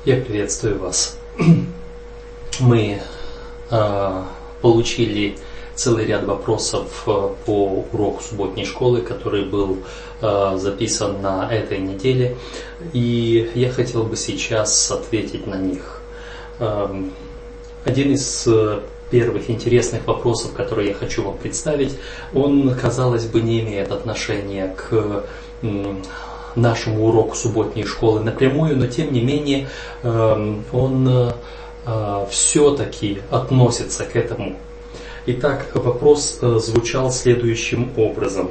Я приветствую вас. Мы получили целый ряд вопросов по уроку субботней школы, который был записан на этой неделе, и я хотел бы сейчас ответить на них. Один из первых интересных вопросов, которые я хочу вам представить, он, казалось бы, не имеет отношения к нашему уроку субботней школы напрямую, но тем не менее он все-таки относится к этому. Итак, вопрос звучал следующим образом.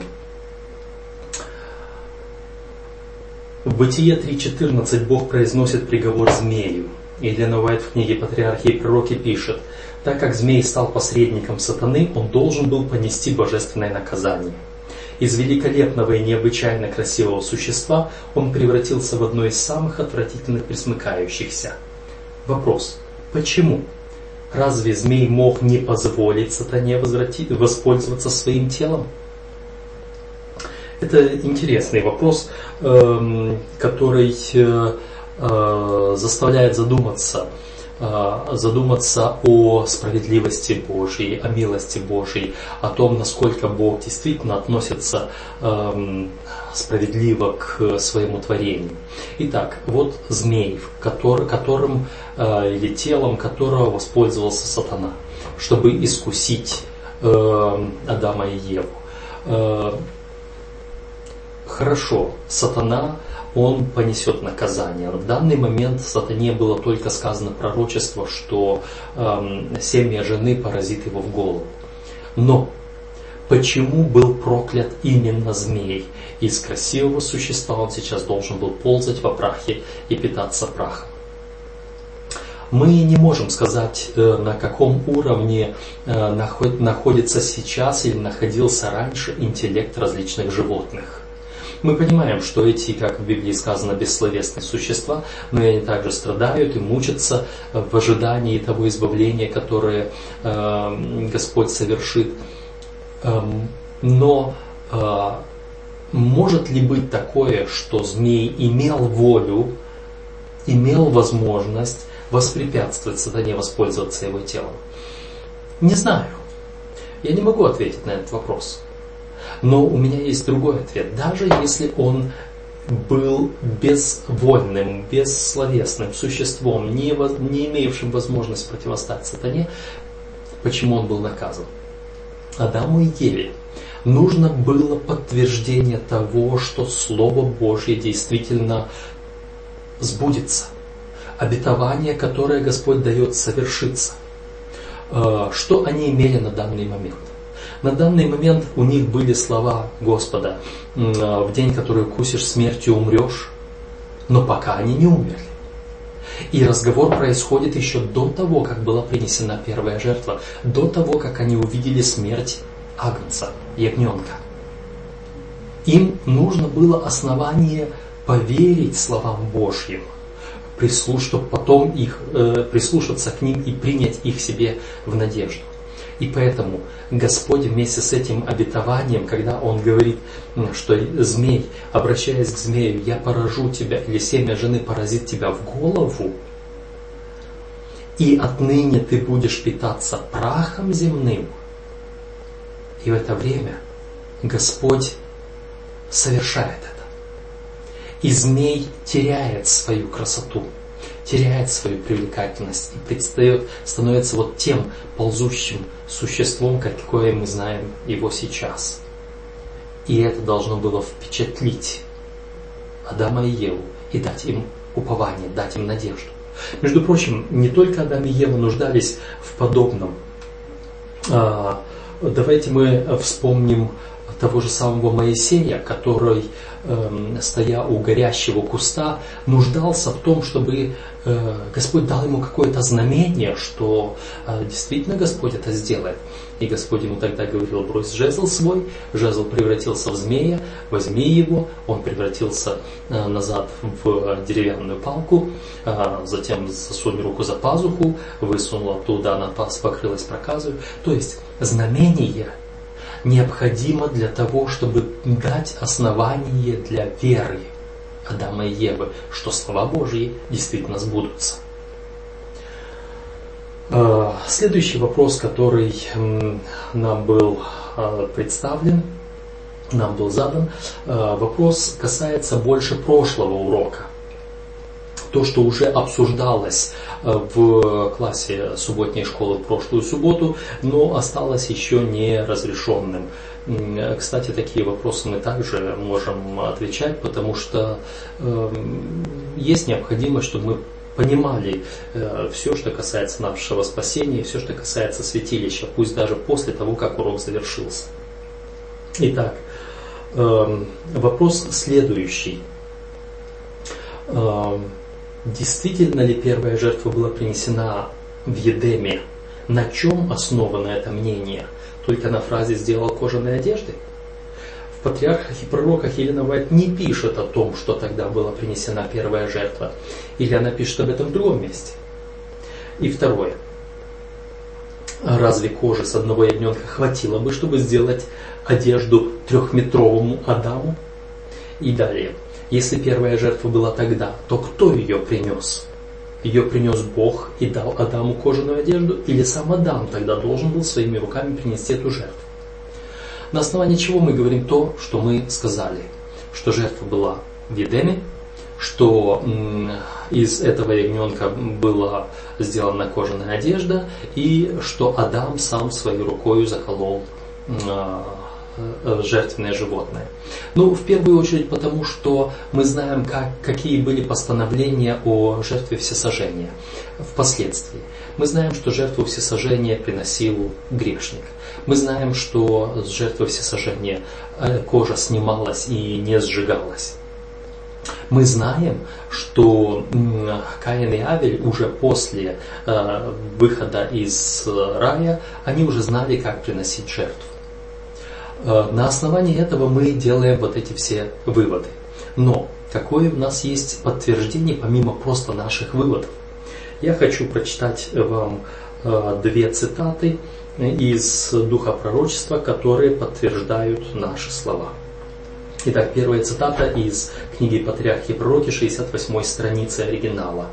В Бытие 3.14 Бог произносит приговор змею. Елена Уайт в книге «Патриархи и пророки» пишет: «Так как змей стал посредником сатаны, он должен был понести божественное наказание. Из великолепного и необычайно красивого существа он превратился в одно из самых отвратительных пресмыкающихся». Вопрос: почему? Разве змей мог не позволить сатане воспользоваться своим телом? Это интересный вопрос, который заставляет задуматься о справедливости Божьей, о милости Божьей, о том, насколько Бог действительно относится справедливо к своему творению. Итак, вот змей, которым или телом которого воспользовался сатана, чтобы искусить Адама и Еву. Хорошо, сатана, он понесет наказание. В данный момент сатане было только сказано пророчество, что семя жены поразит его в голову. Но почему был проклят именно змей? Из красивого существа он сейчас должен был ползать во прахе и питаться прахом. Мы не можем сказать, на каком уровне находится сейчас или находился раньше интеллект различных животных. Мы понимаем, что эти, как в Библии сказано, бессловесные существа, но они также страдают и мучатся в ожидании того избавления, которое Господь совершит. Но может ли быть такое, что змей имел волю, имел возможность воспрепятствовать сатане воспользоваться его телом? Не знаю. Я не могу ответить на этот вопрос. Но у меня есть другой ответ. Даже если он был безвольным, бессловесным существом, не имеющим возможности противостать сатане, почему он был наказан? Адаму и Еве нужно было подтверждение того, что Слово Божье действительно сбудется. Обетование, которое Господь дает, совершится. Что они имели на данный момент? На данный момент у них были слова Господа: в день, который укусишь, смертью умрешь. Но пока они не умерли. И разговор происходит еще до того, как была принесена первая жертва, до того, как они увидели смерть агнца, ягненка. Им нужно было основание поверить словам Божьим, чтобы потом прислушаться к ним и принять их себе в надежду. И поэтому Господь вместе с этим обетованием, когда Он говорит, что змей, обращаясь к змею, я поражу тебя, или семя жены поразит тебя в голову, и отныне ты будешь питаться прахом земным. И в это время Господь совершает это. И змей теряет свою красоту, теряет свою привлекательность и становится вот тем ползущим существом, какое мы знаем его сейчас. И это должно было впечатлить Адама и Еву и дать им упование, дать им надежду. Между прочим, не только Адам и Ева нуждались в подобном. Давайте мы вспомним того же самого Моисея, который, стоя у горящего куста, нуждался в том, чтобы Господь дал ему какое-то знамение, что действительно Господь это сделает. И Господь ему тогда говорил: брось жезл свой. Жезл превратился в змея, возьми его. Он превратился назад в деревянную палку, затем засунь руку за пазуху, высунул оттуда, она покрылась проказою. То есть знамение необходимо для того, чтобы дать основание для веры. Адама и Евы, что слова Божьи действительно сбудутся. Следующий вопрос, который нам был представлен, нам был задан, вопрос касается больше прошлого урока. То, что уже обсуждалось в классе субботней школы в прошлую субботу, но осталось еще не разрешенным. Кстати, такие вопросы мы также можем отвечать, потому что есть необходимость, чтобы мы понимали все, что касается нашего спасения, все, что касается святилища, пусть даже после того, как урок завершился. Итак, вопрос следующий. Действительно ли первая жертва была принесена в Едеме? На чем основано это мнение? Только на фразе «сделал кожаные одежды»? В патриархах и пророках Елена Уайт не пишет о том, что тогда была принесена первая жертва. Или она пишет об этом в другом месте. И второе. Разве кожи с одного ягненка хватило бы, чтобы сделать одежду 3-метровому Адаму? И далее. Если первая жертва была тогда, то кто ее принес? Ее принес Бог и дал Адаму кожаную одежду? Или сам Адам тогда должен был своими руками принести эту жертву? На основании чего мы говорим то, что мы сказали? Что жертва была в Едеме, что из этого ягненка была сделана кожаная одежда, и что Адам сам своей рукой заколол жертвенное животное. Ну, в первую очередь потому, что мы знаем, какие были постановления о жертве всесожжения впоследствии. Мы знаем, что жертву всесожжения приносил грешник. Мы знаем, что с жертвы всесожжения кожа снималась и не сжигалась. Мы знаем, что Каин и Авель уже после выхода из рая, они уже знали, как приносить жертву. На основании этого мы делаем вот эти все выводы. Но какое у нас есть подтверждение, помимо просто наших выводов? Я хочу прочитать вам 2 цитаты из Духа Пророчества, которые подтверждают наши слова. Итак, первая цитата из книги «Патриархи и пророки», 68 страницы оригинала.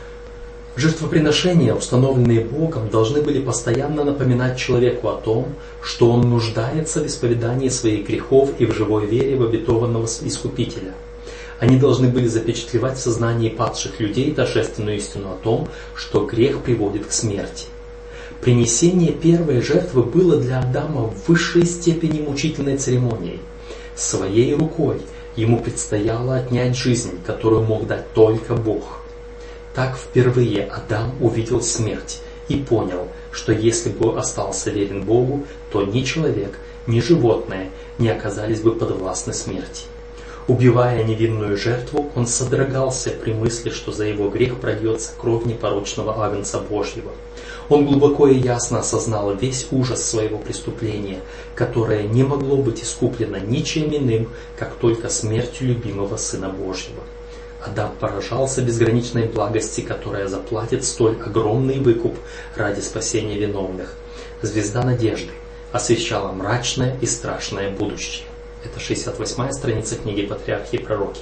Жертвоприношения, установленные Богом, должны были постоянно напоминать человеку о том, что он нуждается в исповедании своих грехов и в живой вере в обетованного Искупителя. Они должны были запечатлевать в сознании падших людей торжественную истину о том, что грех приводит к смерти. Принесение первой жертвы было для Адама в высшей степени мучительной церемонией. Своей рукой ему предстояло отнять жизнь, которую мог дать только Бог. Так впервые Адам увидел смерть и понял, что если бы остался верен Богу, то ни человек, ни животное не оказались бы подвластны смерти. Убивая невинную жертву, он содрогался при мысли, что за его грех прольется кровь непорочного агнца Божьего. Он глубоко и ясно осознал весь ужас своего преступления, которое не могло быть искуплено ничем иным, как только смертью любимого Сына Божьего. Адам поражался безграничной благости, которая заплатит столь огромный выкуп ради спасения виновных. Звезда надежды освещала мрачное и страшное будущее. Это 68-я страница книги «Патриархи и пророки».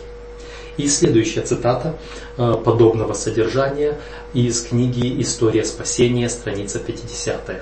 И следующая цитата подобного содержания из книги «История спасения», страница 50-я.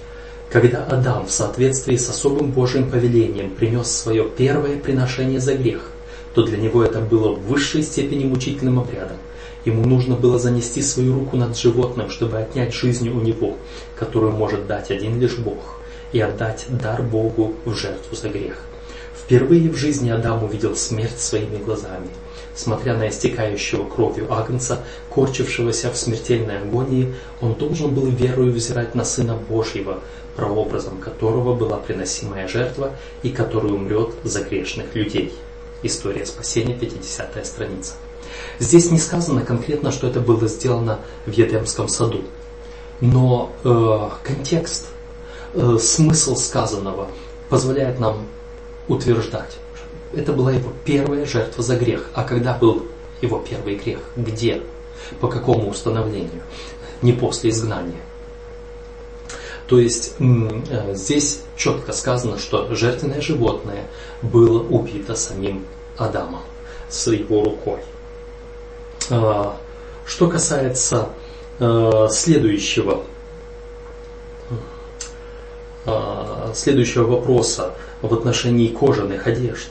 Когда Адам в соответствии с особым Божьим повелением принес свое первое приношение за грех, то для него это было в высшей степени мучительным обрядом. Ему нужно было занести свою руку над животным, чтобы отнять жизнь у него, которую может дать один лишь Бог, и отдать дар Богу в жертву за грех. Впервые в жизни Адам увидел смерть своими глазами. Смотря на истекающего кровью агнца, корчившегося в смертельной агонии, он должен был верою взирать на Сына Божьего, прообразом которого была приносимая жертва и который умрет за грешных людей. История спасения, 50-я страница. Здесь не сказано конкретно, что это было сделано в Едемском саду. Но контекст, смысл сказанного позволяет нам утверждать. Это была его первая жертва за грех. А когда был его первый грех? Где? По какому установлению? Не после изгнания. То есть здесь четко сказано, что жертвенное животное было убито самим Адамом. с его рукой. Что касается следующего вопроса в отношении кожаных одежд.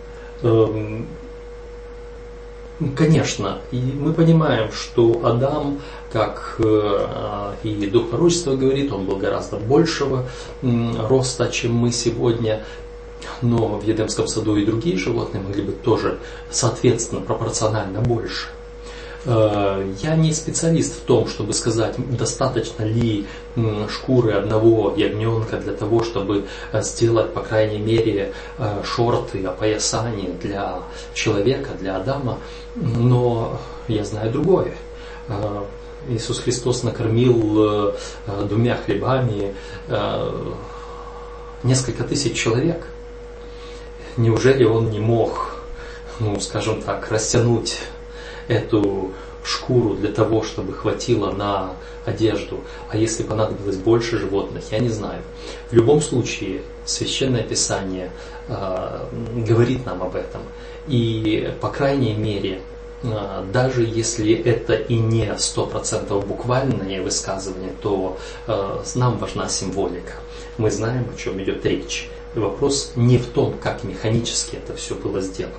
Конечно, и мы понимаем, что Адам, как и Дух Пророчества говорит, он был гораздо большего роста, чем мы сегодня. Но в Едемском саду и другие животные могли быть тоже, соответственно, пропорционально больше. Я не специалист в том, чтобы сказать, достаточно ли шкуры одного ягненка для того, чтобы сделать, по крайней мере, шорты, опоясание для человека, для Адама. Но я знаю другое. Иисус Христос накормил 2 хлебами несколько тысяч человек. Неужели Он не мог, скажем так, растянуть эту шкуру для того, чтобы хватило на одежду? А если понадобилось больше животных, я не знаю. В любом случае, Священное Писание говорит нам об этом. И, по крайней мере, даже если это и не 100% буквальное высказывание, то нам важна символика. Мы знаем, о чем идет речь. И вопрос не в том, как механически это все было сделано.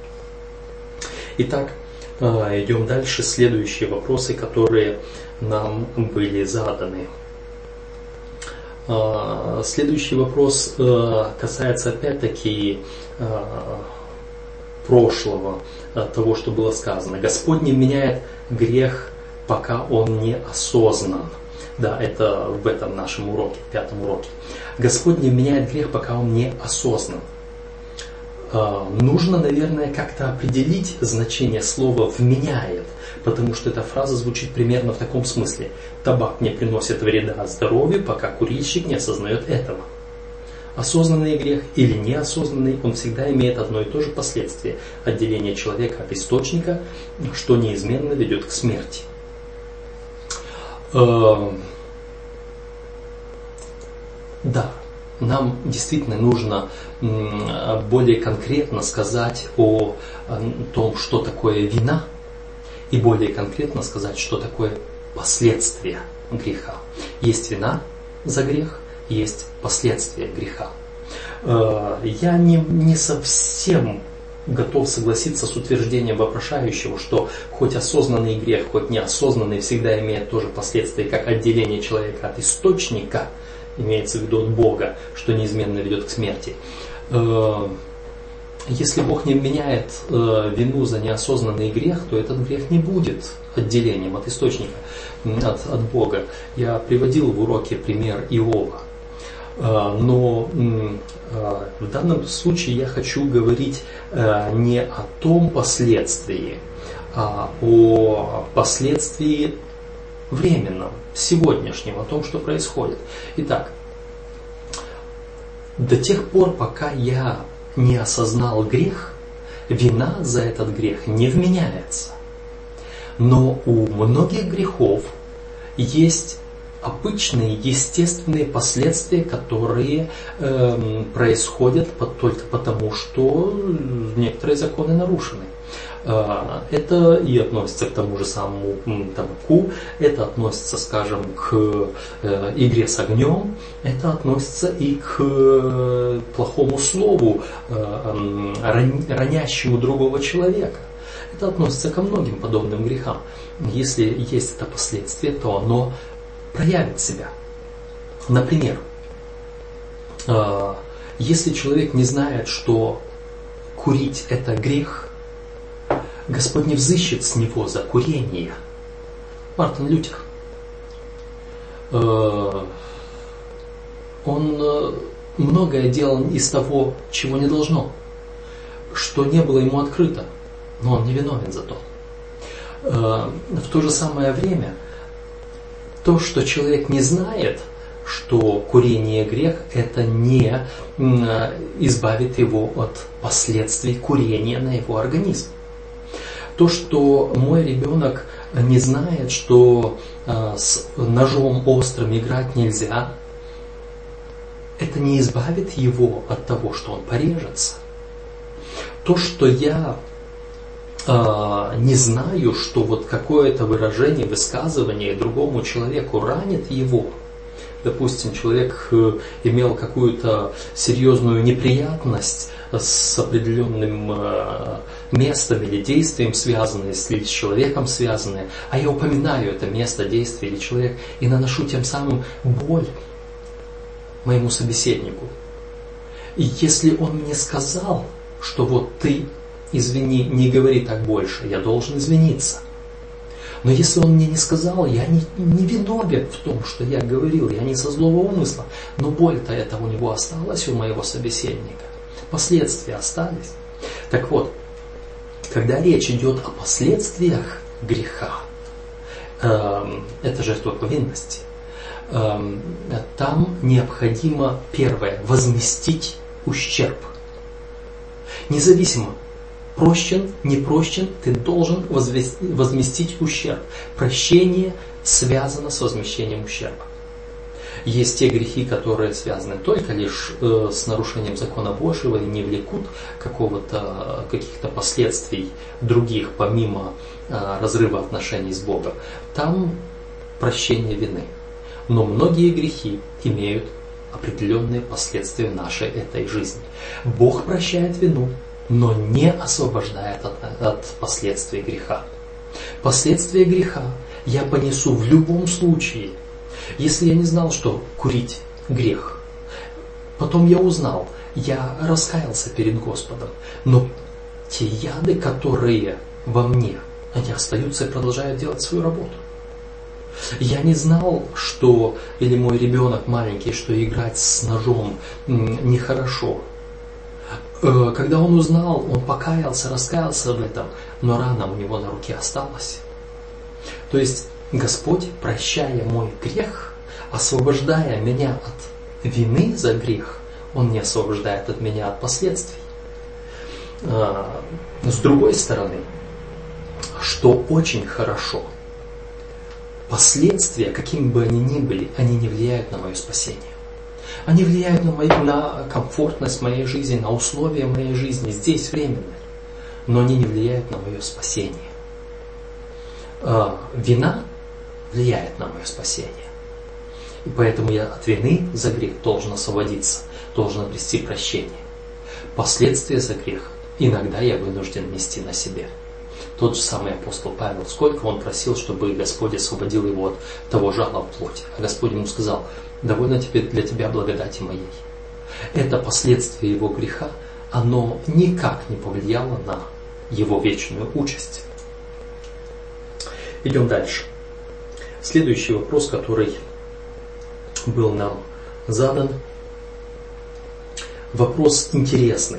Итак, идем дальше. Следующие вопросы, которые нам были заданы. Следующий вопрос касается опять-таки прошлого, того, что было сказано. Господь не меняет грех, пока он не осознан. Да, это в этом нашем уроке, 5-м уроке. Господь не меняет грех, пока он не осознан. Нужно, наверное, как-то определить значение слова «вменяет», потому что эта фраза звучит примерно в таком смысле. Табак не приносит вреда здоровью, пока курильщик не осознает этого. Осознанный грех или неосознанный, он всегда имеет одно и то же последствие – отделение человека от источника, что неизменно ведет к смерти. Да, нам действительно нужно более конкретно сказать о том, что такое вина, и более конкретно сказать, что такое последствия греха. Есть вина за грех, есть последствия греха. Я не совсем готов согласиться с утверждением вопрошающего, что хоть осознанный грех, хоть неосознанный всегда имеет тоже последствия, как отделение человека от источника, имеется в виду от Бога, что неизменно ведет к смерти. Если Бог не меняет вину за неосознанный грех, то этот грех не будет отделением от источника, от Бога. Я приводил в уроке пример Иова. Но в данном случае я хочу говорить не о том последствии, а о последствии временном, сегодняшнем, о том, что происходит. Итак, до тех пор, пока я не осознал грех, вина за этот грех не вменяется. Но у многих грехов есть обычные, естественные последствия, которые происходят только потому, что некоторые законы нарушены. Это и относится к тому же самому табаку, это относится, скажем, к игре с огнем, это относится и к плохому слову, ранящему другого человека. Это относится ко многим подобным грехам. Если есть это последствие, то оно проявит себя. Например, если человек не знает, что курить это грех, Господь не взыщет с него за курение. Мартин Лютер. Он многое делал из того, чего не должно, что не было ему открыто, но он не виновен за то. В то же самое время, то, что человек не знает, что курение грех, это не избавит его от последствий курения на его организм. То, что мой ребенок не знает, что с ножом острым играть нельзя, это не избавит его от того, что он порежется. То, что я не знаю, что вот какое-то выражение, высказывание другому человеку ранит его. Допустим, человек имел какую-то серьезную неприятность с определенным местом или действием связанное, или с человеком связанное, а я упоминаю это место, действие или человек и наношу тем самым боль моему собеседнику. И если он мне сказал, что вот ты, извини, не говори так больше, я должен извиниться. Но если он мне не сказал, я не виновен в том, что я говорил, я не со злого умысла, но боль-то эта у него осталась, у моего собеседника. Последствия остались. Так вот, когда речь идет о последствиях греха, это жертва повинности, там необходимо, первое, возместить ущерб. Независимо, прощен, не прощен, ты должен возместить ущерб. Прощение связано с возмещением ущерба. Есть те грехи, которые связаны только лишь с нарушением закона Божьего и не влекут каких-то последствий других, помимо разрыва отношений с Богом. Там прощение вины. Но многие грехи имеют определенные последствия в нашей этой жизни. Бог прощает вину, но не освобождает от последствий греха. Последствия греха я понесу в любом случае. Если я не знал, что курить грех, потом я узнал, я раскаялся перед Господом, но те яды, которые во мне, они остаются и продолжают делать свою работу. Я не знал, что, или мой ребенок маленький, что играть с ножом нехорошо. Когда он узнал, он покаялся, раскаялся в этом, но рана у него на руке осталась. То есть Господь, прощая мой грех, освобождая меня от вины за грех, Он не освобождает от меня от последствий. С другой стороны, что очень хорошо, последствия, какими бы они ни были, они не влияют на мое спасение. Они влияют на комфортность моей жизни, на условия моей жизни, здесь временно, но они не влияют на мое спасение. Вина влияет на мое спасение. И поэтому я от вины за грех должен освободиться, должен обрести прощение. Последствия за грех иногда я вынужден нести на себе. Тот же самый апостол Павел, сколько он просил, чтобы Господь освободил его от того жала в плоти. А Господь ему сказал: довольно теперь для тебя благодати моей. Это последствие его греха, оно никак не повлияло на его вечную участь. Идем дальше. Следующий вопрос, который был нам задан, вопрос интересный.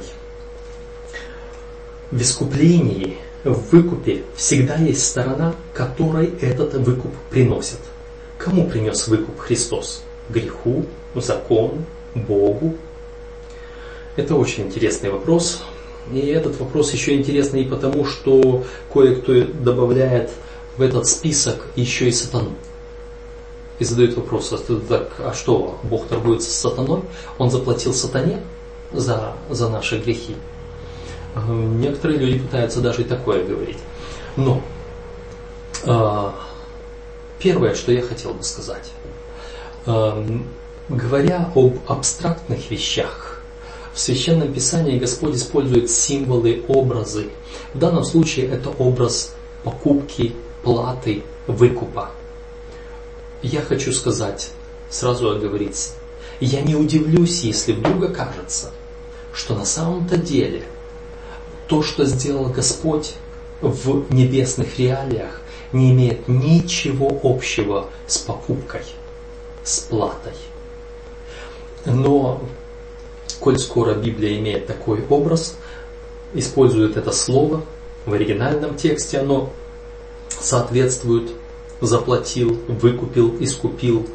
В искуплении, в выкупе всегда есть сторона, которой этот выкуп приносит. Кому принес выкуп Христос? Греху, закону, Богу? Это очень интересный вопрос. И этот вопрос еще интересный и потому, что кое-кто добавляет в этот список еще и сатану. И задают вопрос: а что, Бог торгуется с сатаной? Он заплатил сатане за наши грехи? Некоторые люди пытаются даже и такое говорить. Но первое, что я хотел бы сказать, говоря об абстрактных вещах, в Священном Писании Господь использует символы, образы. В данном случае это образ покупки, платы, выкупа. Я хочу сказать, сразу оговориться, я не удивлюсь, если вдруг окажется, что на самом-то деле то, что сделал Господь в небесных реалиях, не имеет ничего общего с покупкой, с платой. Но, коль скоро Библия имеет такой образ, использует это слово, в оригинальном тексте оно соответствует заплатил, выкупил, искупил.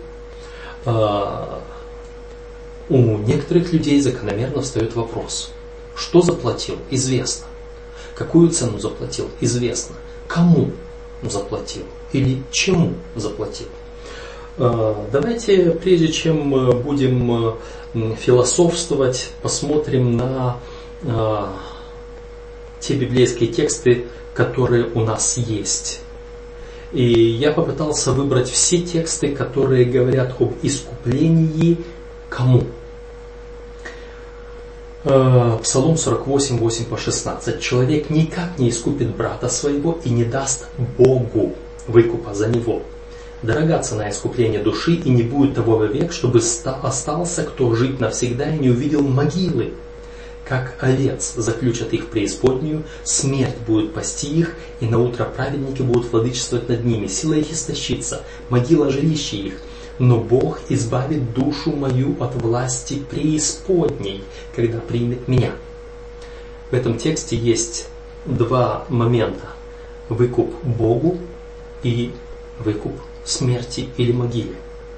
У некоторых людей закономерно встает вопрос: что заплатил? Известно. Какую цену заплатил? Известно. Кому заплатил? Или чему заплатил? Давайте, прежде чем мы будем философствовать, посмотрим на те библейские тексты, которые у нас есть. И я попытался выбрать все тексты, которые говорят об искуплении кому. Псалом 48, 8 по 16. «Человек никак не искупит брата своего и не даст Богу выкупа за него. Дорога цена искупления души, и не будет того вовек, чтобы остался кто жить навсегда и не увидел могилы. Как овец заключат их в преисподнюю, смерть будет пасти их, и наутро праведники будут владычествовать над ними. Сила их истощится, могила жилище их. Но Бог избавит душу мою от власти преисподней, когда примет меня». В этом тексте есть два момента. Выкуп Богу и выкуп смерти или могиле.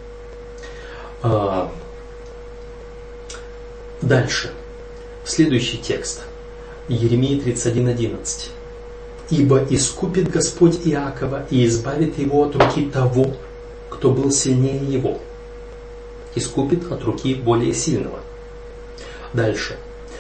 Дальше. Следующий текст. Иеремия 31:11. «Ибо искупит Господь Иакова и избавит его от руки того, кто был сильнее его». Искупит от руки более сильного. Дальше.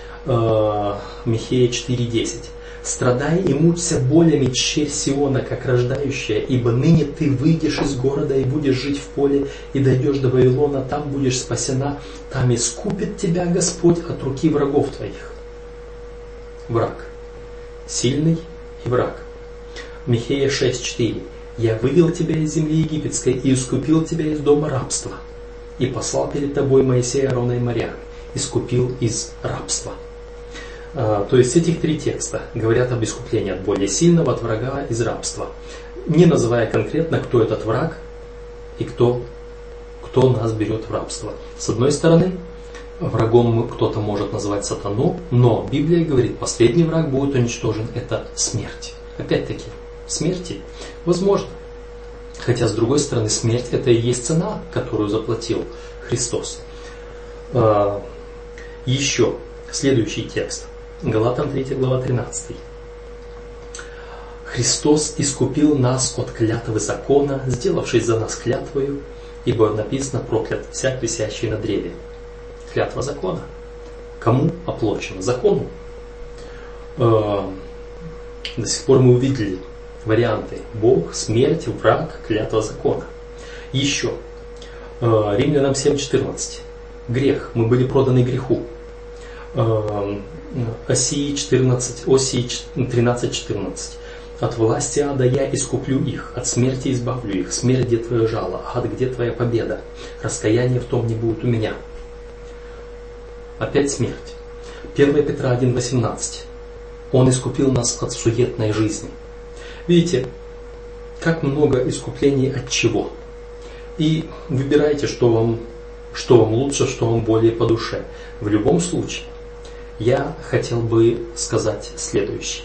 Михея 4:10. «Страдай и мучься болями, черь Сиона, как рождающая, ибо ныне ты выйдешь из города и будешь жить в поле, и дойдешь до Вавилона, там будешь спасена, там искупит тебя Господь от руки врагов твоих». Враг. Сильный и враг. Михея 6:4. «Я вывел тебя из земли египетской и искупил тебя из дома рабства, и послал перед тобой Моисея, Аарона и Марьям, искупил из рабства». То есть этих три текста говорят об искуплении от более сильного, от врага, из рабства, не называя конкретно, кто этот враг и кто нас берет в рабство. С одной стороны, врагом кто-то может назвать сатану, но Библия говорит, последний враг будет уничтожен, это смерть. Опять-таки, смерти возможно. Хотя, с другой стороны, смерть это и есть цена, которую заплатил Христос. Еще следующий текст. Галатам 3 глава 13. «Христос искупил нас от клятвы закона, сделавшись за нас клятвою, ибо написано: проклят всяк, висящий на древе». Клятва закона. Кому оплачена? Закону. До сих пор мы увидели варианты: Бог, смерть, враг, клятва закона. Еще. Римлянам 7:14. Грех. Мы были проданы греху. Осии 13:14. «От власти ада я искуплю их, от смерти избавлю их. Смерть, где твое жало? Ад, где твоя победа? Раскаяния в том не будет у меня». Опять смерть. 1 Петра 1:18. «Он искупил нас от суетной жизни». Видите, как много искуплений от чего. И выбирайте, что вам лучше, что вам более по душе. В любом случае, я хотел бы сказать следующее.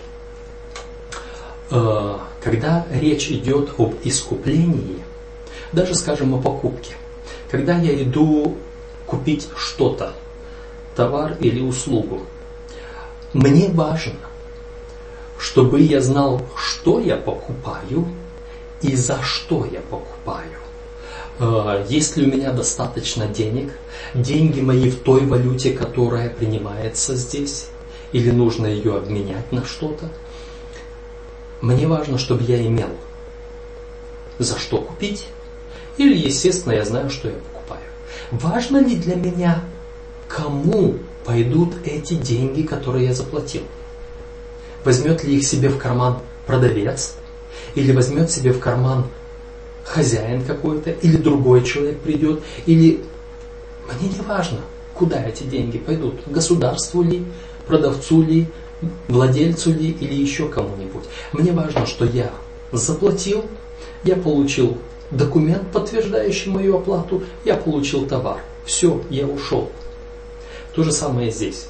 Когда речь идет об искуплении, даже скажем о покупке, когда я иду купить что-то, товар или услугу, мне важно, чтобы я знал, что я покупаю и за что я покупаю. Есть ли у меня достаточно денег? Деньги мои в той валюте, которая принимается здесь? Или нужно ее обменять на что-то? Мне важно, чтобы я имел за что купить. Или, естественно, я знаю, что я покупаю. Важно ли для меня, кому пойдут эти деньги, которые я заплатил? Возьмет ли их себе в карман продавец? Или возьмет себе в карман хозяин какой-то, или другой человек придет, или мне не важно, куда эти деньги пойдут, государству ли, продавцу ли, владельцу ли, или еще кому-нибудь. Мне важно, что я заплатил, я получил документ, подтверждающий мою оплату, я получил товар. Все, я ушел. То же самое здесь.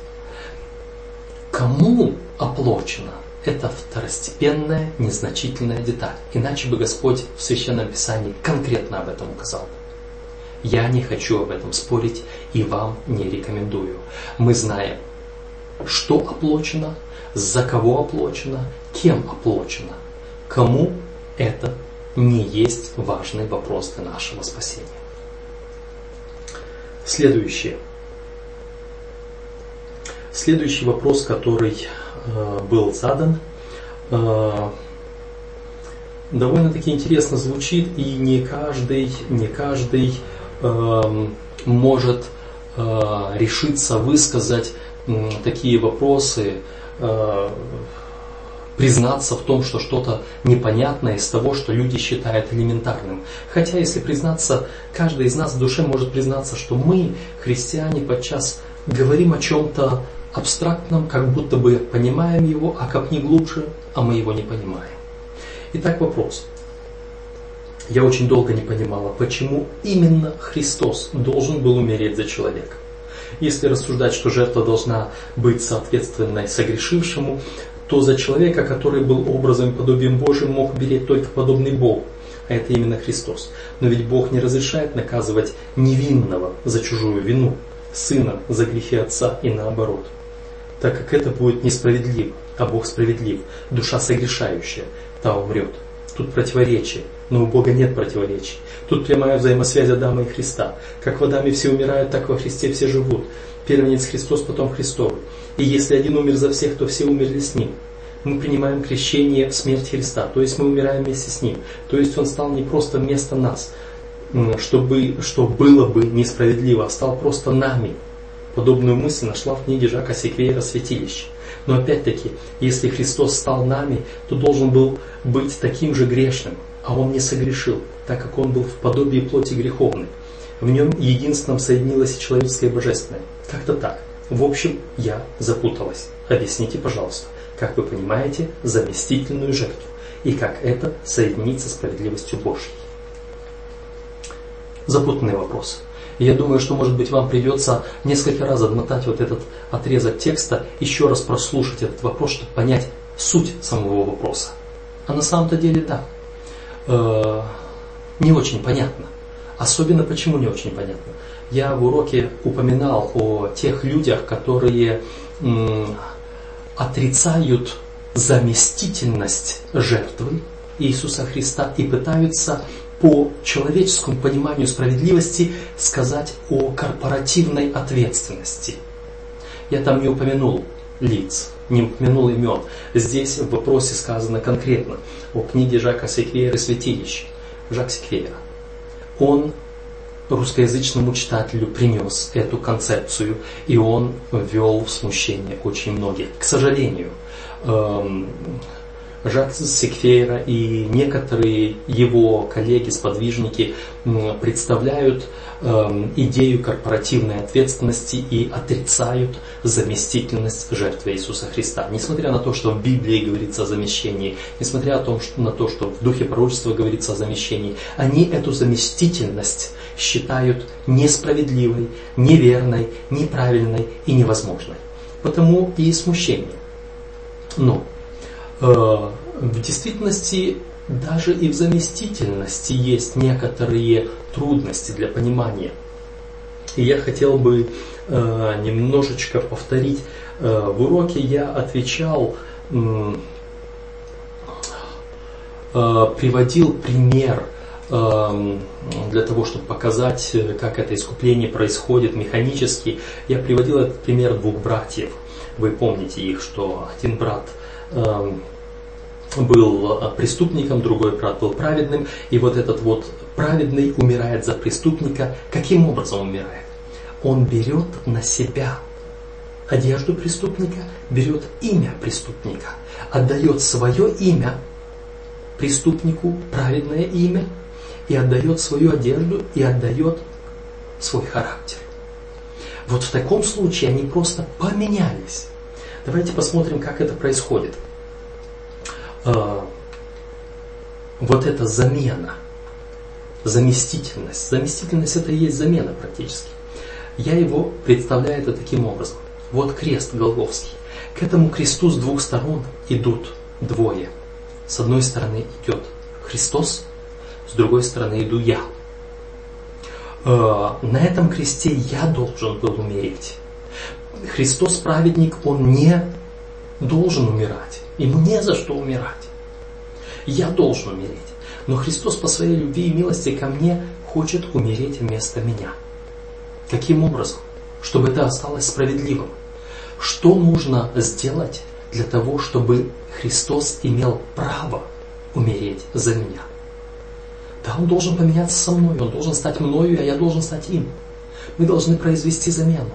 Кому оплачено? Это второстепенная, незначительная деталь. Иначе бы Господь в Священном Писании конкретно об этом указал. Я не хочу об этом спорить и вам не рекомендую. Мы знаем, что оплачено, за кого оплачено, кем оплачено. Кому это не есть важный вопрос для нашего спасения. Следующий вопрос, который был задан. Довольно-таки интересно звучит, и не каждый может решиться высказать такие вопросы, признаться в том, что что-то непонятное из того, что люди считают элементарным. Хотя, если признаться, каждый из нас в душе может признаться, что мы, христиане, подчас говорим о чем-то абстрактном, как будто бы понимаем его, а копни глубже, а мы его не понимаем. Итак, вопрос. Я очень долго не понимала, почему именно Христос должен был умереть за человека. Если рассуждать, что жертва должна быть соответственной согрешившему, то за человека, который был образом и подобием Божьим, мог умереть только подобный Богу, а это именно Христос. Но ведь Бог не разрешает наказывать невинного за чужую вину, сына за грехи отца и наоборот, так как это будет несправедливо, а Бог справедлив. Душа согрешающая, та умрет. Тут противоречие, но у Бога нет противоречий. Тут прямая взаимосвязь Адама и Христа. Как в Адаме все умирают, так во Христе все живут. Первенец Христос, потом Христовый. И если один умер за всех, то все умерли с Ним. Мы принимаем крещение в смерть Христа, то есть мы умираем вместе с Ним. То есть Он стал не просто вместо нас, что было бы несправедливо, а стал просто нами. Подобную мысль нашла в книге Жака Секвейра «Святилище». Но опять-таки, если Христос стал нами, то должен был быть таким же грешным, а Он не согрешил, так как Он был в подобии плоти греховной. В Нем единственном соединилось и человеческое и божественное. Как-то так. В общем, я запуталась. Объясните, пожалуйста, как вы понимаете заместительную жертву и как это соединить со справедливостью Божьей. Запутанный вопрос. Я думаю, что, может быть, вам придется несколько раз отмотать вот этот отрезок текста, еще раз прослушать этот вопрос, чтобы понять суть самого вопроса. А на самом-то деле, да, не очень понятно. Особенно почему не очень понятно. Я в уроке упоминал о тех людях, которые отрицают заместительность жертвы Иисуса Христа и пытаются по человеческому пониманию справедливости сказать о корпоративной ответственности. Я там не упомянул лиц, не упомянул имен. Здесь в вопросе сказано конкретно о книге Жака Секвейра «Святилище». Жак Секвейра. Он русскоязычному читателю принес эту концепцию, и он ввел в смущение очень многих. К сожалению, Жак Секвейра и некоторые его коллеги-сподвижники представляют идею корпоративной ответственности и отрицают заместительность жертвы Иисуса Христа. Несмотря на то, что в Библии говорится о замещении, несмотря на то, что в Духе пророчества говорится о замещении, они эту заместительность считают несправедливой, неверной, неправильной и невозможной. Потому и смущение. Но в действительности даже и в заместительности есть некоторые трудности для понимания. И я хотел бы немножечко повторить. В уроке я отвечал, приводил пример для того, чтобы показать, как это искупление происходит механически. Я приводил этот пример двух братьев. Вы помните их, что один брат был преступником, другой брат был праведным, и вот этот вот праведный умирает за преступника. Каким образом умирает? Он берет на себя одежду преступника, берет имя преступника, отдает свое имя преступнику, праведное имя, и отдает свою одежду, и отдает свой характер. Вот в таком случае они просто поменялись. Давайте посмотрим, как это происходит. Вот эта замена, заместительность. Заместительность — это и есть замена практически. Я его представляю это таким образом. Вот крест Голгофский. К этому кресту с двух сторон идут двое. С одной стороны идет Христос, с другой стороны иду я. На этом кресте я должен был умереть. Христос праведник, Он не должен умирать. Ему не за что умирать. Я должен умереть. Но Христос по своей любви и милости ко мне хочет умереть вместо меня. Каким образом? Чтобы это осталось справедливым. Что нужно сделать для того, чтобы Христос имел право умереть за меня. Да, Он должен поменяться со мной, Он должен стать мною, а я должен стать им. Мы должны произвести замену.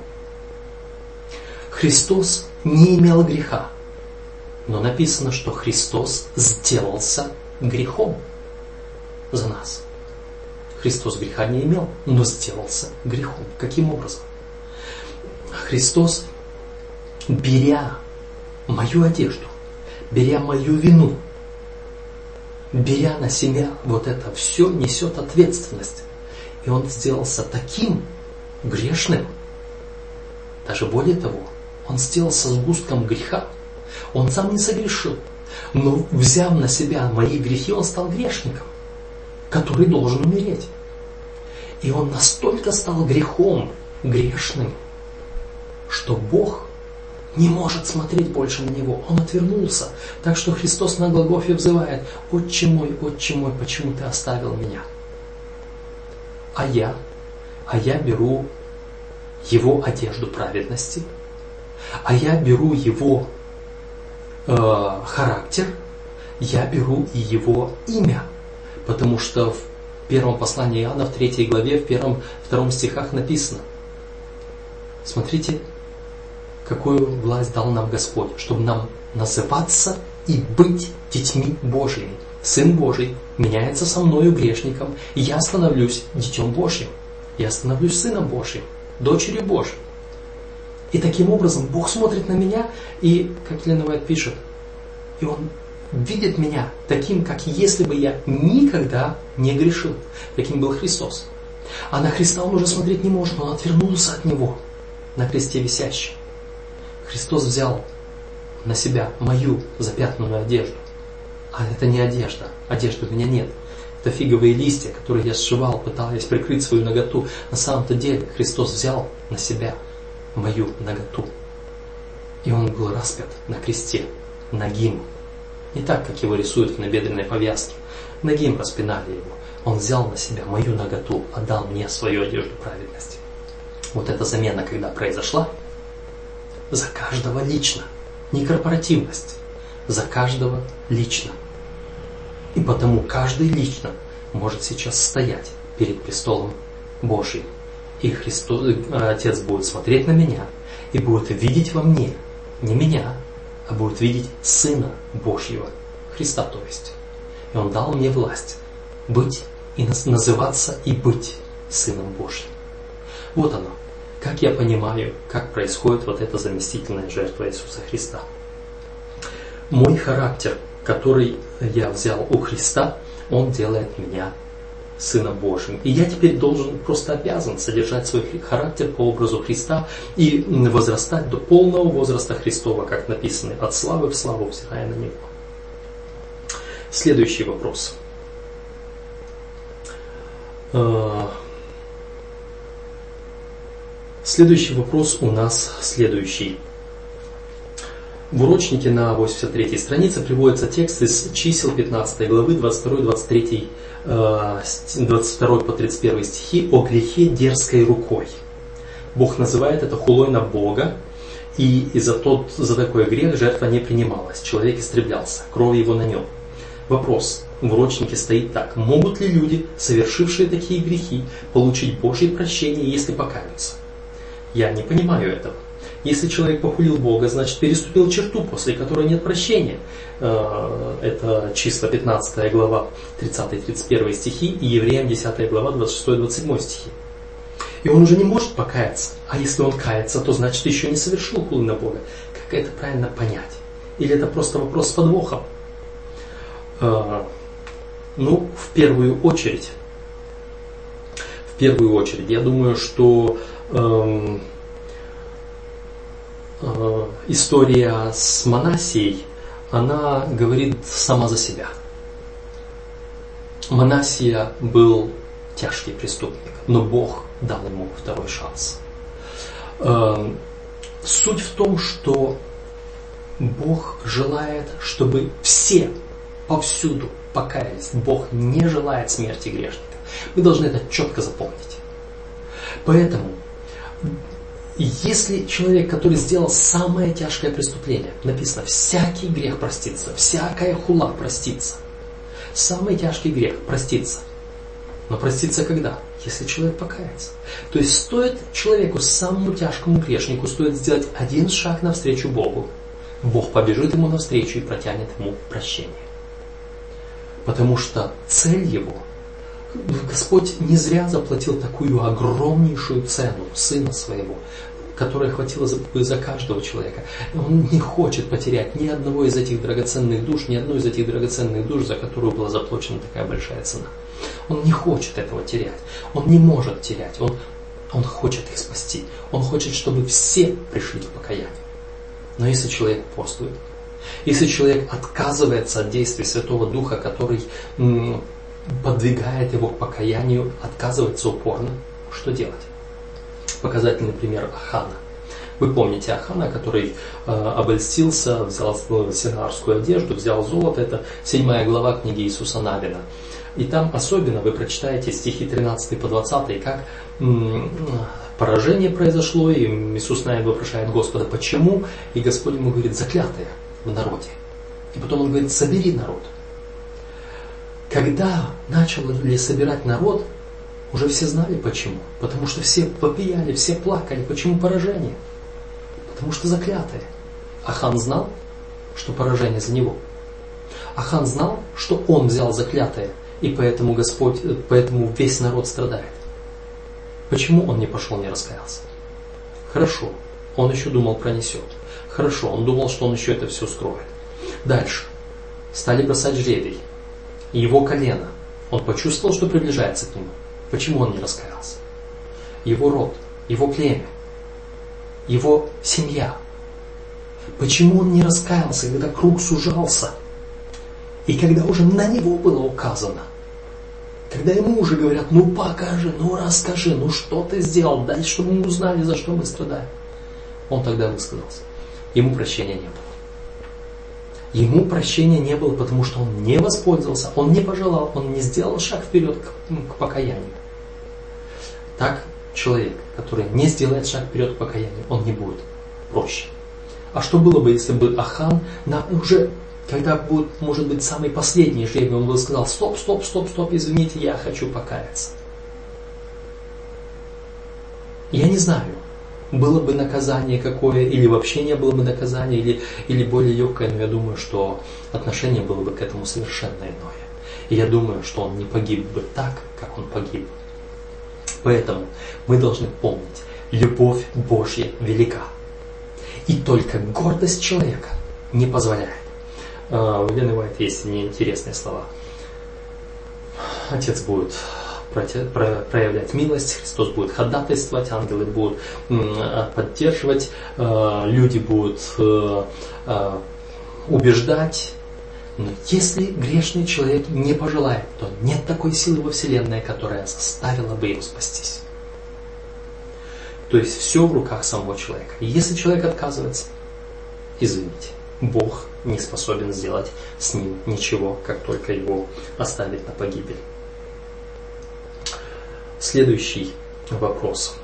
Христос не имел греха, но написано, что Христос сделался грехом за нас. Христос греха не имел, но сделался грехом. Каким образом? Христос, беря мою одежду, беря мою вину, беря на себя вот это все, несет ответственность. И Он сделался таким грешным. Даже более того, Он сделался сгустком греха. Он сам не согрешил. Но взяв на себя мои грехи, Он стал грешником, который должен умереть. И Он настолько стал грехом, грешным, что Бог не может смотреть больше на Него. Он отвернулся. Так что Христос на Голгофе взывает: Отче мой, почему Ты оставил меня? А я беру Его одежду праведности, а я беру Его характер, я беру и Его имя. Потому что в первом послании Иоанна, в 3 главе, в 1-2 стихах написано: смотрите, какую власть дал нам Господь, чтобы нам называться и быть детьми Божьими. Сын Божий меняется со мною грешником, и я становлюсь Детем Божьим. Я становлюсь Сыном Божьим, дочерью Божьей. И таким образом Бог смотрит на меня, и, как Елена Уайт пишет, и Он видит меня таким, как если бы я никогда не грешил, каким был Христос. А на Христа Он уже смотреть не может, Он отвернулся от Него на кресте висящий. Христос взял на себя мою запятнанную одежду. А это не одежда. Одежды у меня нет. Это фиговые листья, которые я сшивал, пытаясь прикрыть свою наготу. На самом-то деле Христос взял на себя мою наготу. И Он был распят на кресте, нагим. Не так, как Его рисуют в набедренной повязке. Нагим распинали Его. Он взял на себя мою наготу, отдал мне свою одежду праведности. Вот эта замена, когда произошла, за каждого лично. Не корпоративность. За каждого лично. И потому каждый лично может сейчас стоять перед престолом Божьим. И Христос, Отец будет смотреть на меня и будет видеть во мне не меня, а будет видеть Сына Божьего, Христа то есть. И Он дал мне власть быть и называться и быть Сыном Божьим. Вот оно. Как я понимаю, как происходит вот эта заместительная жертва Иисуса Христа. Мой характер, который я взял у Христа, Он делает меня Сыном Божьим. И я теперь просто обязан содержать свой характер по образу Христа и возрастать до полного возраста Христова, как написано, от славы в славу, взирая на Него. Следующий вопрос. Следующий вопрос у нас следующий. В урочнике на 83 странице приводится текст из чисел 15 главы 22 по 31 стихи о грехе дерзкой рукой. Бог называет это хулой на Бога, и за такой грех жертва не принималась, человек истреблялся, кровь его на нем. Вопрос в урочнике стоит так: могут ли люди, совершившие такие грехи, получить Божье прощение, если покаются? Я не понимаю этого. Если человек похулил Бога, значит переступил черту, после которой нет прощения. Это числа 15 глава 30-31 стихи и Евреям 10 глава 26-27 стихи. И он уже не может покаяться. А если он кается, то значит еще не совершил хулу на Бога. Как это правильно понять? Или это просто вопрос с подвохом? В первую очередь, я думаю, что история с Манассией, она говорит сама за себя. Манассия был тяжкий преступник, но Бог дал ему второй шанс. Суть в том, что Бог желает, чтобы все повсюду покаялись. Бог не желает смерти грешника. Мы должны это четко запомнить. Поэтому Если человек, который сделал самое тяжкое преступление, написано, всякий грех простится, всякая хула простится. Самый тяжкий грех простится. Но простится когда? Если человек покается. То есть стоит человеку, самому тяжкому грешнику, стоит сделать один шаг навстречу Богу. Бог побежит ему навстречу и протянет ему прощение. Потому что цель его, Господь не зря заплатил такую огромнейшую цену Сына Своего, которая хватила за каждого человека. Он не хочет потерять ни одного из этих драгоценных душ, ни одной из этих драгоценных душ, за которую была заплачена такая большая цена. Он не хочет этого терять. Он не может терять. Он хочет их спасти. Он хочет, чтобы все пришли к покаянию. Но если человек упорствует, если человек отказывается от действий Святого Духа, который подвигает его к покаянию, отказывается упорно, что делать? Показательный пример Ахана. Вы помните Ахана, который обольстился, взял синарскую одежду, взял золото. Это 7 глава книги Иисуса Навина. И там особенно вы прочитаете стихи 13 по 20, как поражение произошло, и Иисус Навин вопрошает Господа, почему? И Господь ему говорит, заклятые в народе. И потом он говорит, собери народ. Когда начали собирать народ, уже все знали почему. Потому что все вопияли, все плакали. Почему поражение? Потому что заклятые. Ахан знал, что поражение за него. Ахан знал, что он взял заклятое, и поэтому поэтому весь народ страдает. Почему он не пошел, не раскаялся? Хорошо, он еще думал, пронесет. Хорошо, он думал, что он еще это все скроет. Дальше. Стали бросать жребий. Его колено. Он почувствовал, что приближается к нему. Почему он не раскаялся? Его род, его племя, его семья. Почему он не раскаялся, когда круг сужался? И когда уже на него было указано, когда ему уже говорят, ну покажи, ну расскажи, ну что ты сделал, дай, чтобы мы узнали, за что мы страдаем. Он тогда высказался. Ему прощения не было. Ему прощения не было, потому что он не воспользовался, он не пожелал, он не сделал шаг вперед к покаянию. Так человек, который не сделает шаг вперед к покаянию, он не будет проще. А что было бы, если бы Ахан уже, когда будет, может быть, самый последний жребий, он бы сказал, стоп, извините, я хочу покаяться. Я не знаю, было бы наказание какое, или вообще не было бы наказания, или более легкое, но я думаю, что отношение было бы к этому совершенно иное. И я думаю, что он не погиб бы так, как он погиб. Поэтому мы должны помнить, любовь Божья велика. И только гордость человека не позволяет. У Лены Уайт есть неинтересные слова. Отец будет проявлять милость, Христос будет ходатайствовать, ангелы будут поддерживать, люди будут убеждать. Но если грешный человек не пожелает, то нет такой силы во Вселенной, которая заставила бы его спастись. То есть все в руках самого человека. И если человек отказывается, извините, Бог не способен сделать с ним ничего, как только его оставить на погибель. Следующий вопрос.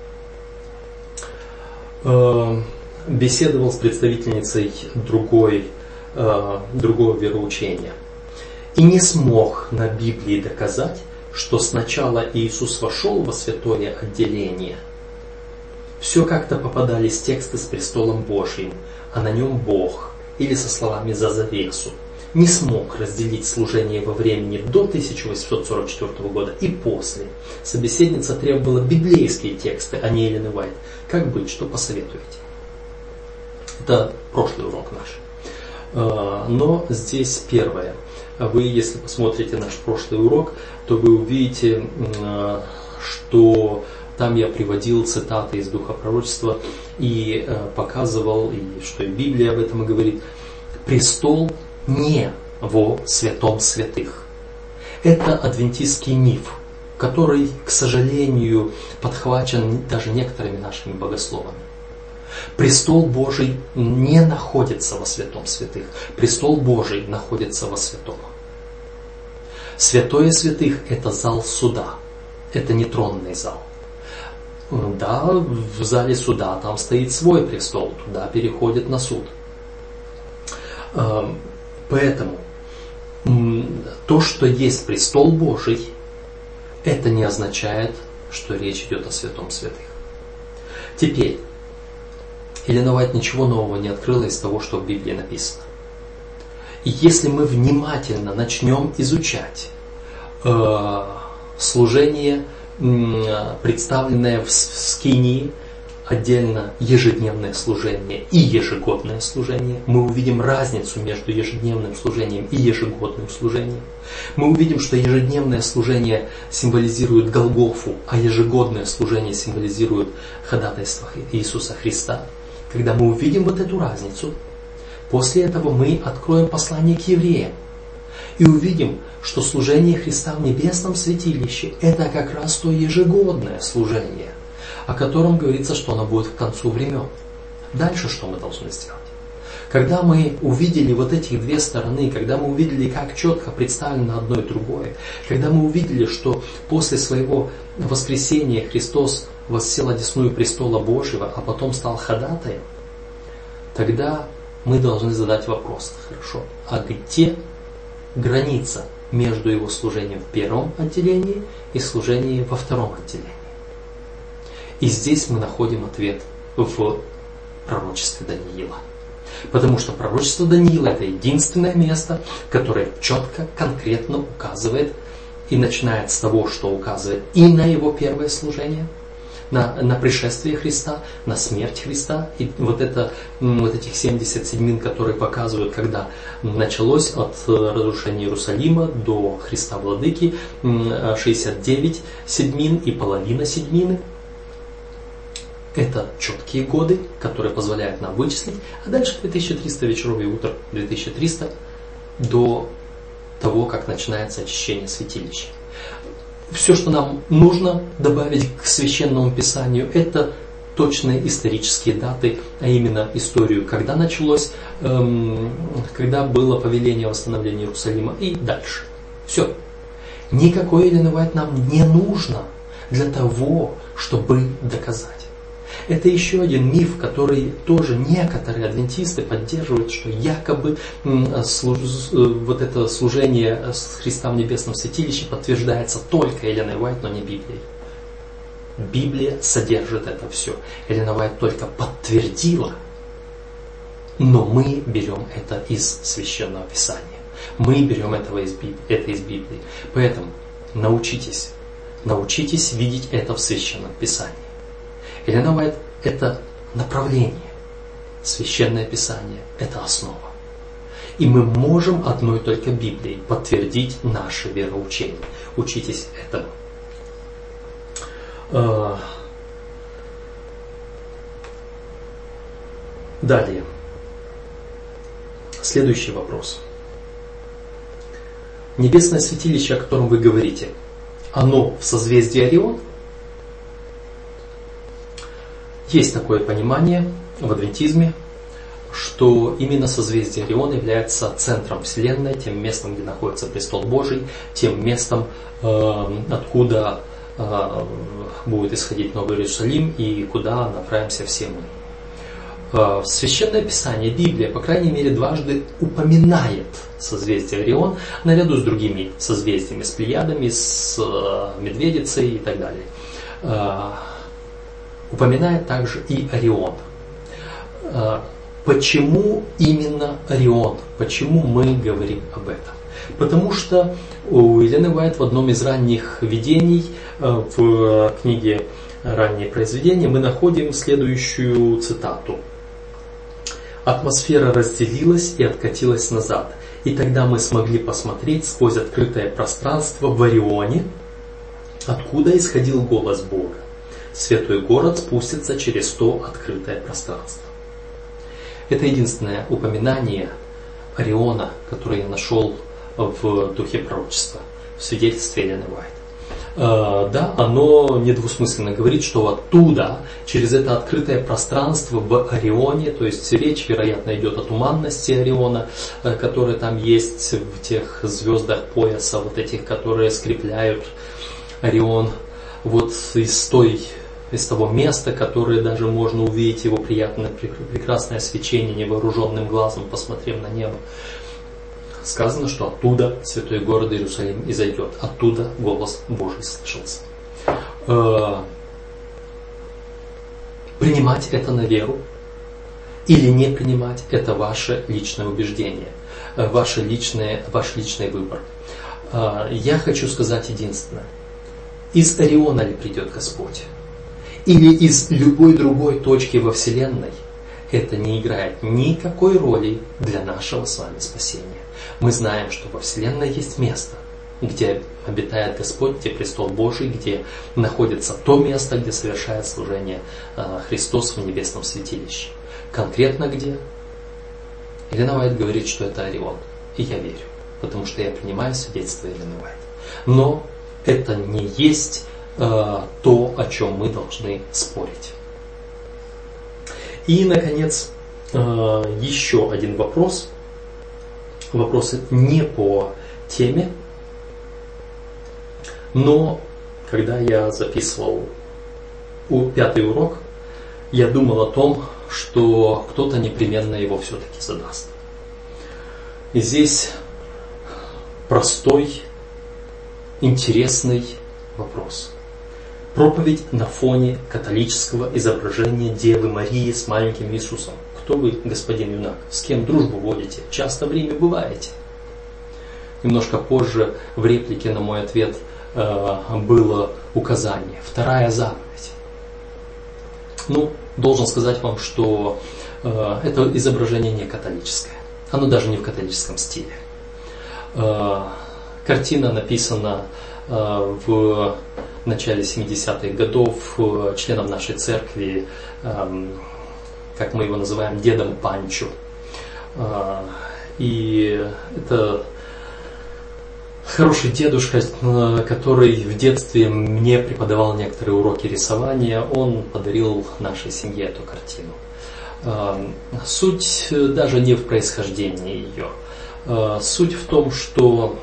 Беседовал с представительницей другого вероучения и не смог на Библии доказать, что сначала Иисус вошел во святое отделение. Все как-то попадались тексты с престолом Божьим, а на нем Бог, или со словами «за завесу». Не смог разделить служение во времени до 1844 года и после. Собеседница требовала библейские тексты, а не Элены Уайт. Как быть, что посоветуете? Это прошлый урок наш. Но здесь первое. Вы, если посмотрите наш прошлый урок, то вы увидите, что там я приводил цитаты из Духа Пророчества и показывал, и что и Библия об этом и говорит. Престол не во святом святых. Это адвентистский миф, который, к сожалению, подхвачен даже некоторыми нашими богословами. Престол Божий не находится во святом святых. Престол Божий находится во святом. Святое святых – это зал суда. Это не тронный зал. Да, в зале суда там стоит свой престол, туда переходит на суд. Поэтому то, что есть престол Божий, это не означает, что речь идет о святом святых. Теперь, Елена Уайт ничего нового не открыла из того, что в Библии написано. И если мы внимательно начнем изучать служение, представленное в Скинии, отдельно ежедневное служение и ежегодное служение, мы увидим разницу между ежедневным служением и ежегодным служением. Мы увидим, что ежедневное служение символизирует Голгофу, а ежегодное служение символизирует ходатайство Иисуса Христа. Когда мы увидим вот эту разницу, после этого мы откроем послание к евреям и увидим, что служение Христа в небесном святилище – это как раз то ежегодное служение, о котором говорится, что оно будет к концу времен. Дальше что мы должны сделать? Когда мы увидели вот эти две стороны, когда мы увидели, как четко представлено одно и другое, когда мы увидели, что после своего воскресения Христос воссел одесную престола Божьего, а потом стал ходатаем, тогда мы должны задать вопрос: хорошо, а где граница между его служением в первом отделении и служением во втором отделении? И здесь мы находим ответ в пророчестве Даниила. Потому что пророчество Даниила – это единственное место, которое четко, конкретно указывает и начинает с того, что указывает и на его первое служение, на пришествие Христа, на смерть Христа. И вот этих 70 седьмин, которые показывают, когда началось от разрушения Иерусалима до Христа Владыки, 69 седьмин и половина седьмины. Это четкие годы, которые позволяют нам вычислить. А дальше 2300 вечеров и утр, 2300 до того, как начинается очищение святилища. Все, что нам нужно добавить к Священному Писанию, это точные исторические даты, а именно историю, когда началось, когда было повеление о восстановлении Иерусалима и дальше. Все. Никакой Елены Уайт нам не нужно для того, чтобы доказать. Это еще один миф, который тоже некоторые адвентисты поддерживают, что якобы вот это служение с Христа в небесном святилище подтверждается только Еленой Уайт, но не Библией. Библия содержит это все. Елена Уайт только подтвердила, но мы берем это из Священного Писания. Мы берем это из Библии. Поэтому научитесь видеть это в Священном Писании. Елена Уайт – это направление. Священное Писание – это основа. И мы можем одной только Библией подтвердить наше вероучение. Учитесь этому. Далее. Следующий вопрос. Небесное святилище, о котором вы говорите, оно в созвездии Орион? Есть такое понимание в адвентизме, что именно созвездие Ориона является центром Вселенной, тем местом, где находится престол Божий, тем местом, откуда будет исходить Новый Иерусалим и куда направимся все мы. Священное Писание, Библия, по крайней мере, дважды упоминает созвездие Орион наряду с другими созвездиями, с Плеядами, с Медведицей и так далее. Упоминает также и Орион. Почему именно Орион? Почему мы говорим об этом? Потому что у Елены Уайт в одном из ранних видений в книге «Ранние произведения» мы находим следующую цитату. «Атмосфера разделилась и откатилась назад, и тогда мы смогли посмотреть сквозь открытое пространство в Орионе, откуда исходил голос Бога. Святой город спустится через то открытое пространство». Это единственное упоминание Ориона, которое я нашел в духе пророчества, в свидетельстве Елены Уайт. Да, оно недвусмысленно говорит, что оттуда, через это открытое пространство в Орионе, то есть речь, вероятно, идет о туманности Ориона, которая там есть в тех звездах пояса, вот этих, которые скрепляют Орион, вот из той из того места, которое даже можно увидеть его приятное, прекрасное свечение невооруженным глазом, посмотрев на небо. Сказано, что оттуда святой город Иерусалим изойдет. Оттуда голос Божий слышался. Принимать это на веру или не принимать, это ваше личное убеждение, ваш личный выбор. Я хочу сказать единственное. Из Ориона ли придет Господь? Или из любой другой точки во Вселенной? Это не играет никакой роли для нашего с вами спасения. Мы знаем, что во Вселенной есть место, где обитает Господь, где престол Божий, где находится то место, где совершает служение Христос в небесном святилище. Конкретно где? Елена Уайт говорит, что это Орион. И я верю, потому что я принимаю свидетельство Елены Уайт. Но это не есть то, о чем мы должны спорить. И, наконец, еще один вопрос. Вопрос не по теме, но когда я записывал 5-й урок, я думал о том, что кто-то непременно его все-таки задаст. И здесь простой, интересный вопрос. Проповедь на фоне католического изображения Девы Марии с маленьким Иисусом. Кто вы, господин юнак? С кем дружбу водите? Часто в Риме бываете? Немножко позже в реплике на мой ответ было указание. 2-я заповедь. Должен сказать вам, что это изображение не католическое. Оно даже не в католическом стиле. Картина написана в начале 70-х годов членом нашей церкви, как мы его называем, дедом Панчо. И это хороший дедушка, который в детстве мне преподавал некоторые уроки рисования. Он подарил нашей семье эту картину. Суть даже не в происхождении ее. Суть в том, что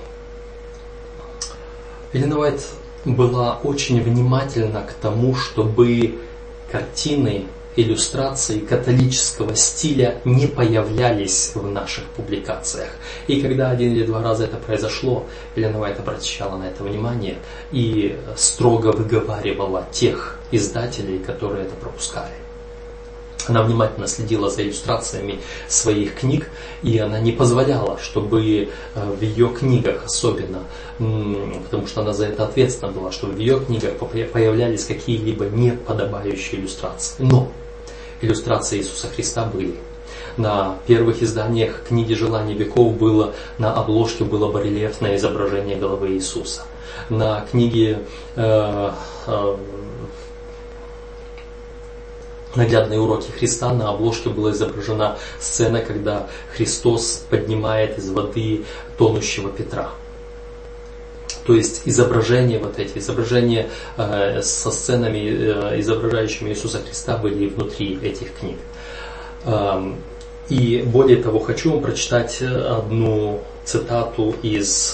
Елена Уайт была очень внимательна к тому, чтобы картины, иллюстрации католического стиля не появлялись в наших публикациях. И когда 1 или 2 раза это произошло, Елена Уайт обращала на это внимание и строго выговаривала тех издателей, которые это пропускали. Она внимательно следила за иллюстрациями своих книг, и она не позволяла, чтобы в ее книгах особенно, потому что она за это ответственна была, чтобы в ее книгах появлялись какие-либо неподобающие иллюстрации. Но иллюстрации Иисуса Христа были. На первых изданиях книги «Желаний веков» на обложке было барельефное изображение головы Иисуса. На книге «Наглядные уроки Христа» на обложке была изображена сцена, когда Христос поднимает из воды тонущего Петра. То есть изображения со сценами, изображающими Иисуса Христа, были внутри этих книг. И более того, хочу вам прочитать одну цитату из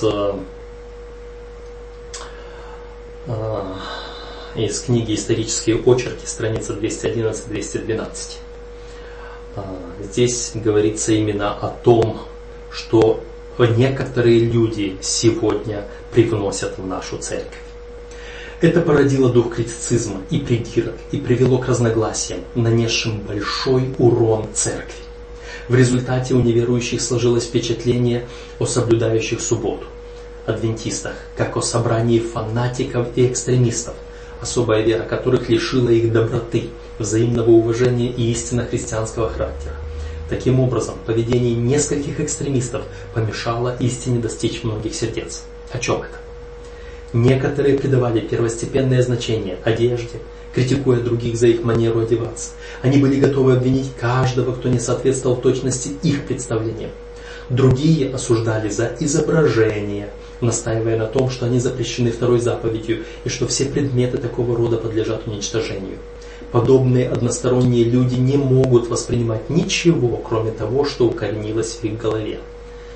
книги «Исторические очерки», страница 211-212. Здесь говорится именно о том, что некоторые люди сегодня привносят в нашу церковь. Это породило дух критицизма и придирок и привело к разногласиям, нанесшим большой урон церкви. В результате у неверующих сложилось впечатление о соблюдающих субботу, адвентистах, как о собрании фанатиков и экстремистов, особая вера которых лишила их доброты, взаимного уважения и истинно христианского характера. Таким образом, поведение нескольких экстремистов помешало истине достичь многих сердец. О чем это? Некоторые придавали первостепенное значение одежде, критикуя других за их манеру одеваться. Они были готовы обвинить каждого, кто не соответствовал точности их представлениям. Другие осуждали за изображение, настаивая на том, что они запрещены 2-й заповедью и что все предметы такого рода подлежат уничтожению. Подобные односторонние люди не могут воспринимать ничего, кроме того, что укоренилось в их голове.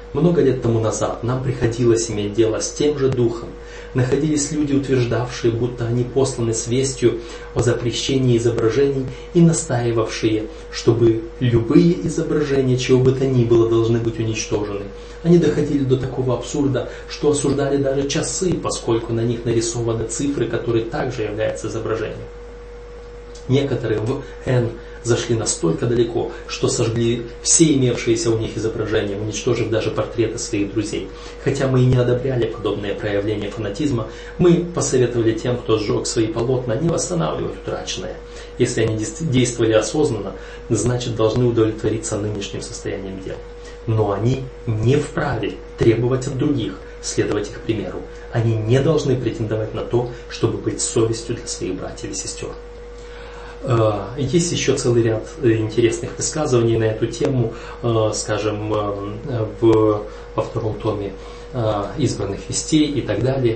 Много лет тому назад нам приходилось иметь дело с тем же духом. Находились люди, утверждавшие, будто они посланы с вестью о запрещении изображений и настаивавшие, чтобы любые изображения, чего бы то ни было, должны быть уничтожены. Они доходили до такого абсурда, что осуждали даже часы, поскольку на них нарисованы цифры, которые также являются изображением. Некоторые в N зашли настолько далеко, что сожгли все имевшиеся у них изображения, уничтожив даже портреты своих друзей. Хотя мы и не одобряли подобные проявления фанатизма, мы посоветовали тем, кто сжег свои полотна, не восстанавливать утраченное. Если они действовали осознанно, значит должны удовлетвориться нынешним состоянием дел. Но они не вправе требовать от других следовать их примеру. Они не должны претендовать на то, чтобы быть совестью для своих братьев и сестер. Есть еще целый ряд интересных высказываний на эту тему, скажем, во втором томе избранных вестей и так далее.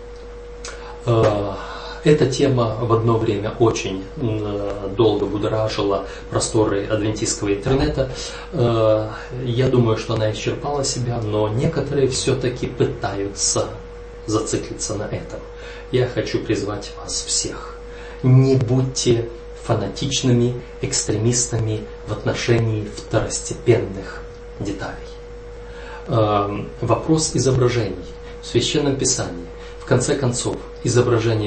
Эта тема в одно время очень долго будоражила просторы адвентистского интернета. Я думаю, что она исчерпала себя, но некоторые все-таки пытаются зациклиться на этом. Я хочу призвать вас всех. Не будьте фанатичными экстремистами в отношении второстепенных деталей. Вопрос изображений в Священном Писании. В конце концов, изображения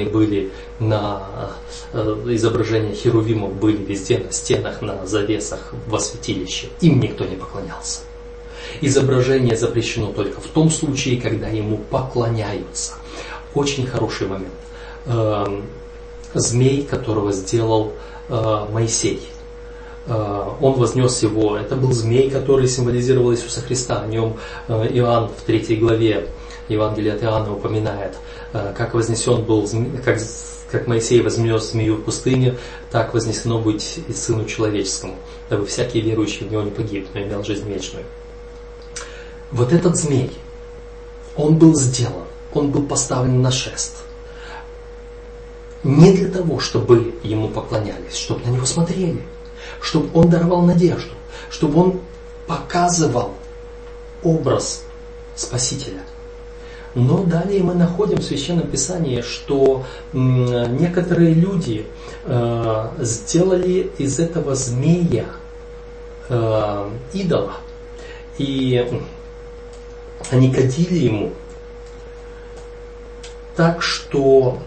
херувимов были везде, на стенах, на завесах, во святилище. Им никто не поклонялся. Изображение запрещено только в том случае, когда ему поклоняются. Очень хороший момент. Змей, которого сделал Моисей. Он вознес его. Это был змей, который символизировал Иисуса Христа. О нем Иоанн в 3 главе Евангелия от Иоанна упоминает, как вознесен был, как Моисей вознес змею в пустыне, так вознесено быть и Сыну Человеческому, дабы всякий верующий в него не погиб, но имел жизнь вечную. Вот этот змей, он был сделан, он был поставлен на шест. Не для того, чтобы ему поклонялись, чтобы на него смотрели, чтобы он даровал надежду, чтобы он показывал образ Спасителя. Но далее мы находим в Священном Писании, что некоторые люди сделали из этого змея идола, и они кадили ему так, что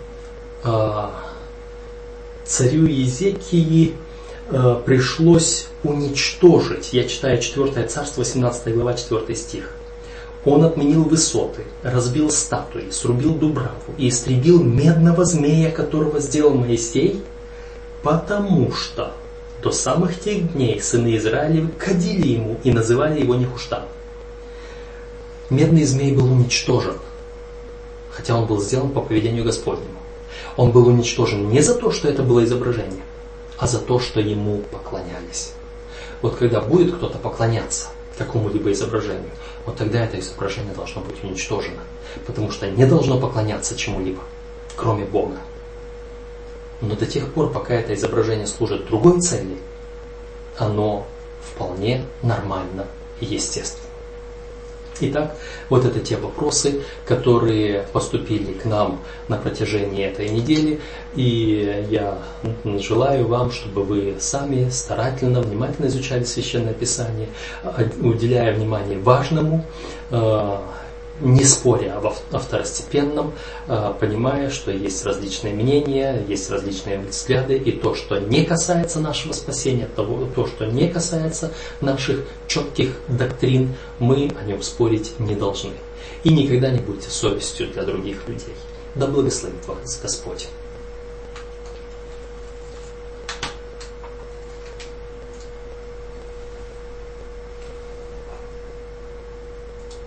царю Иезекии пришлось уничтожить. Я читаю 4 Царство, 18 глава, 4 стих. Он отменил высоты, разбил статуи, срубил дубраву и истребил медного змея, которого сделал Моисей, потому что до самых тех дней сыны Израилевы кадили ему и называли его Нехуштан. Медный змей был уничтожен, хотя он был сделан по поведению Господнему. Он был уничтожен не за то, что это было изображение, а за то, что ему поклонялись. Вот когда будет кто-то поклоняться какому-либо изображению, вот тогда это изображение должно быть уничтожено, потому что не должно поклоняться чему-либо, кроме Бога. Но до тех пор, пока это изображение служит другой цели, оно вполне нормально и естественно. Итак, вот это те вопросы, которые поступили к нам на протяжении этой недели. И я желаю вам, чтобы вы сами старательно, внимательно изучали Священное Писание, уделяя внимание важному, не споря о второстепенном, понимая, что есть различные мнения, есть различные взгляды, и то, что не касается нашего спасения, то, что не касается наших четких доктрин, мы о нем спорить не должны. И никогда не будьте совестью для других людей. Да благословит вас Господь.